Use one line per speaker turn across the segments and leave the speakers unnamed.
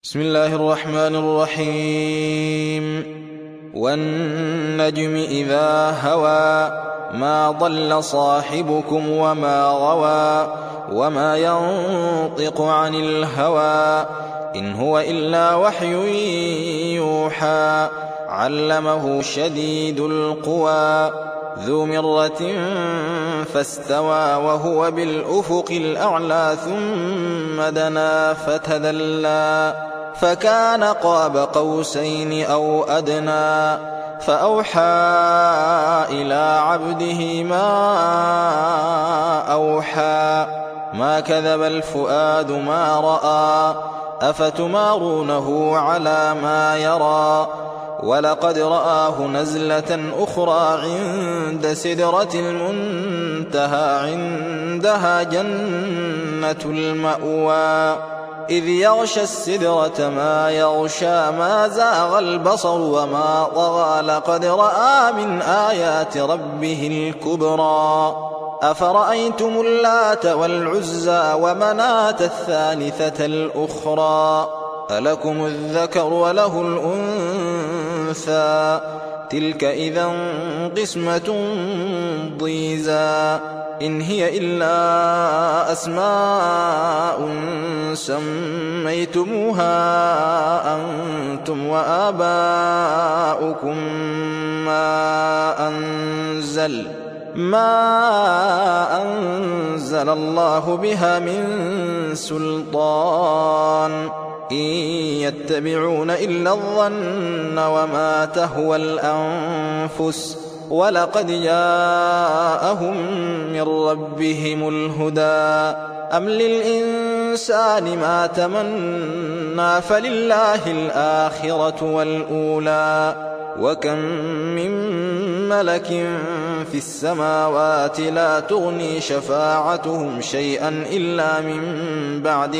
بسم الله الرحمن الرحيم والنجم إذا هوى ما ضل صاحبكم وما غوى وما ينطق عن الهوى إن هو إلا وحي يوحى علمه شديد القوى ذو مرة فاستوى وهو بالأفق الأعلى ثم دنا فتدلى فكان قاب قوسين أو أدنى فأوحى إلى عبده ما أوحى ما كذب الفؤاد ما رأى أفتمارونه على ما يرى ولقد رآه نزلة أخرى عند سدرة المنتهى عندها جنة المأوى إذ يغشى السدرة ما يغشى ما زاغ البصر وما طغى لقد رأى من آيات ربه الكبرى أفرأيتم اللات والعزى ومناة الثالثة الأخرى ألكم الذكر وله الأنثى تلك إذا قسمة ضيزى إن هي إلا أسماء سميتموها أنتم وآباؤكم ما أنزل الله بها من سلطان إن يتبعون إلا الظن وما تهوى الأنفس ولقد جاءهم من ربهم الهدى أم للإنسان ما تمنى فلله الآخرة والأولى وكم من ملك في السماوات لا تغني شفاعتهم شيئا إلا من بعد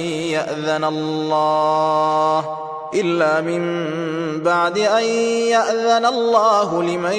أن يأذن الله لمن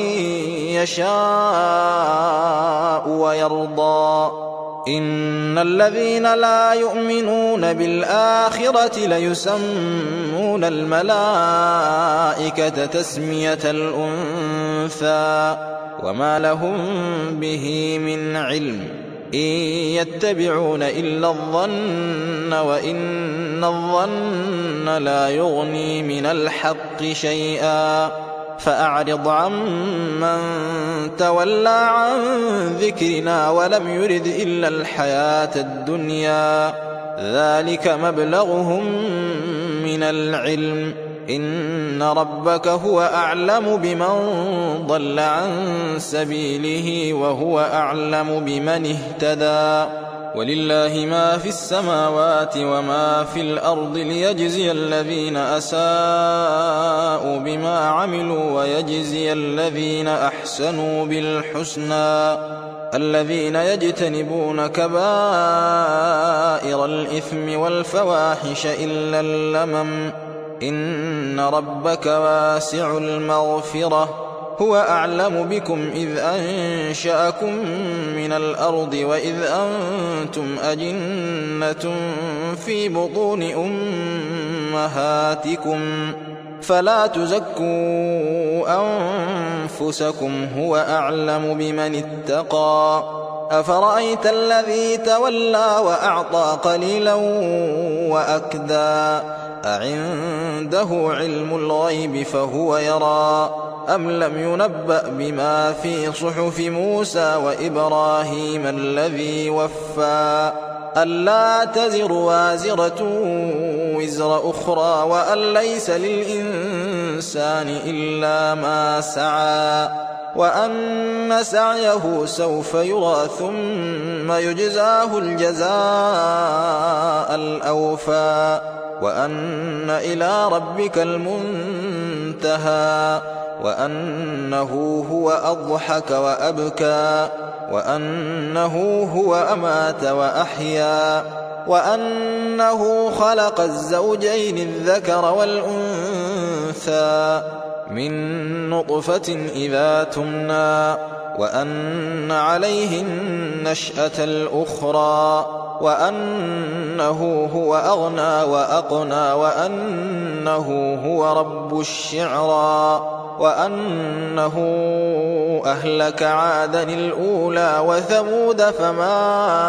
يشاء ويرضى إن الذين لا يؤمنون بالآخرة ليسمون الملائكة تسمية الأنثى وما لهم به من علم إن يتبعون إلا الظن وإن الظن لا يغني من الحق شيئا فأعرض عمن تولى عن ذكرنا ولم يرد إلا الحياة الدنيا ذلك مبلغهم من العلم إن ربك هو أعلم بمن ضل عن سبيله وهو أعلم بمن اهتدى ولله ما في السماوات وما في الأرض ليجزي الذين أساءوا بما عملوا ويجزي الذين أحسنوا بالحسنى الذين يجتنبون كبائر الإثم والفواحش إلا اللمم إن ربك واسع المغفرة هو أعلم بكم إذ أنشأكم من الأرض وإذ أنتم أجنة في بطون أمهاتكم فلا تزكوا أنفسكم هو أعلم بمن اتقى أفرأيت الذي تولى وأعطى قليلا وأكدى أعنده علم الغيب فهو يرى أم لم ينبأ بما في صحف موسى وإبراهيم الذي وفى ألا تزر وازرة وزر أخرى وأن ليس للإنسان إلا ما سعى وأن سعيه سوف يرى ثم يجزاه الجزاء الأوفى وأن إلى ربك المنتهى وأنه هو أضحك وأبكى وأنه هو أمات وأحيا وأنه خلق الزوجين الذكر والأنثى من نطفة إذا تمنى وأن عليه النشأة الأخرى وأنه هو أغنى وأقنى وأنه هو رب الشعرى وأنه أهلك عادا الأولى وثمود فما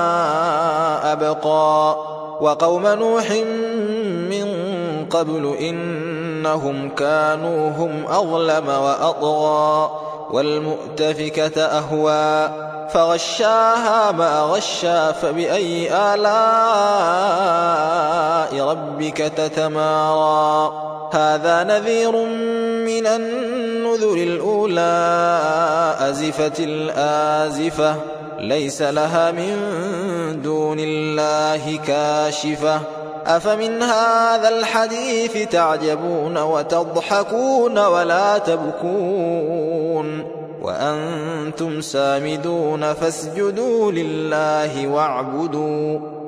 أبقى وقوم نوح من قبل إنهم كانوا هم أظلم وأطغى والمؤتفكة أهوى فغشاها ما غشى فبأي آلاء ربك تتمارى هذا نذير من النذر الأولى أزفت الآزفة ليس لها من دون الله كاشفة أفمن هذا الحديث تعجبون وتضحكون ولا تبكون وأنتم سامدون فاسجدوا لله واعبدوا